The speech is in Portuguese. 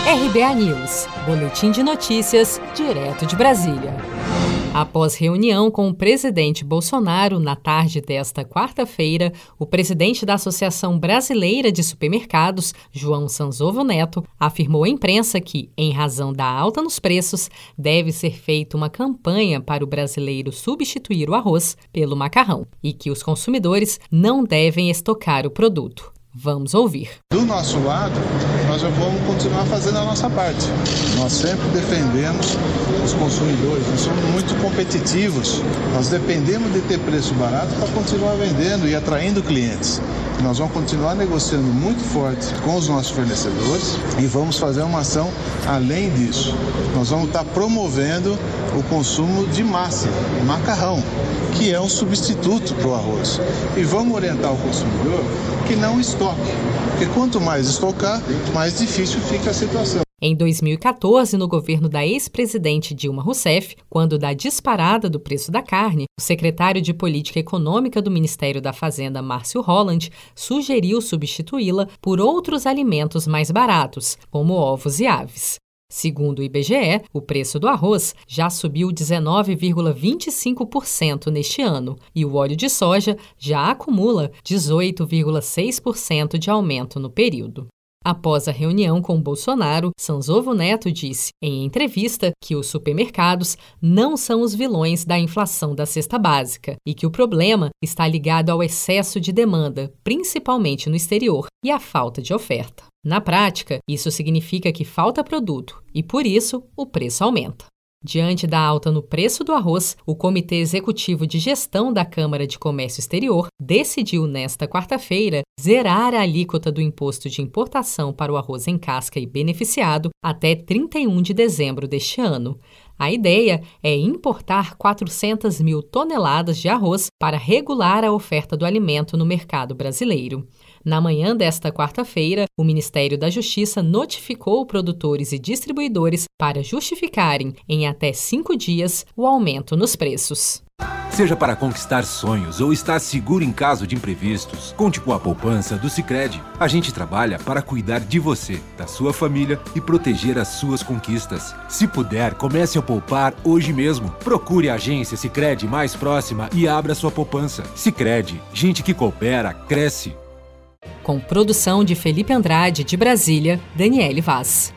RBA News, boletim de notícias, direto de Brasília. Após reunião com o presidente Bolsonaro na tarde desta quarta-feira, o presidente da Associação Brasileira de Supermercados, João Sanzovo Neto, afirmou à imprensa que, em razão da alta nos preços, deve ser feita uma campanha para o brasileiro substituir o arroz pelo macarrão e que os consumidores não devem estocar o produto. Vamos ouvir. Do nosso lado, nós já vamos continuar fazendo a nossa parte. Nós sempre defendemos os consumidores, nós somos muito competitivos. Nós dependemos de ter preço barato para continuar vendendo e atraindo clientes. Nós vamos continuar negociando muito forte com os nossos fornecedores e vamos fazer uma ação além disso. Nós vamos estar promovendo o consumo de massa, macarrão, que é um substituto para o arroz. E vamos orientar o consumidor que não estoque, porque quanto mais estocar, mais difícil fica a situação. Em 2014, no governo da ex-presidente Dilma Rousseff, quando da disparada do preço da carne, o secretário de Política Econômica do Ministério da Fazenda, Márcio Holland, sugeriu substituí-la por outros alimentos mais baratos, como ovos e aves. Segundo o IBGE, o preço do arroz já subiu 19,25% neste ano e o óleo de soja já acumula 18,6% de aumento no período. Após a reunião com Bolsonaro, Sanzovo Neto disse, em entrevista, que os supermercados não são os vilões da inflação da cesta básica e que o problema está ligado ao excesso de demanda, principalmente no exterior, e à falta de oferta. Na prática, isso significa que falta produto e, por isso, o preço aumenta. Diante da alta no preço do arroz, o Comitê Executivo de Gestão da Câmara de Comércio Exterior decidiu, nesta quarta-feira, zerar a alíquota do imposto de importação para o arroz em casca e beneficiado até 31 de dezembro deste ano. A ideia é importar 400 mil toneladas de arroz para regular a oferta do alimento no mercado brasileiro. Na manhã desta quarta-feira, o Ministério da Justiça notificou produtores e distribuidores para justificarem, em até 5 dias, o aumento nos preços. Seja para conquistar sonhos ou estar seguro em caso de imprevistos, conte com a poupança do Sicredi. A gente trabalha para cuidar de você, da sua família e proteger as suas conquistas. Se puder, comece a poupar hoje mesmo. Procure a agência Sicredi mais próxima e abra sua poupança. Sicredi, gente que coopera, cresce. Com produção de Felipe Andrade, de Brasília, Daniele Vaz.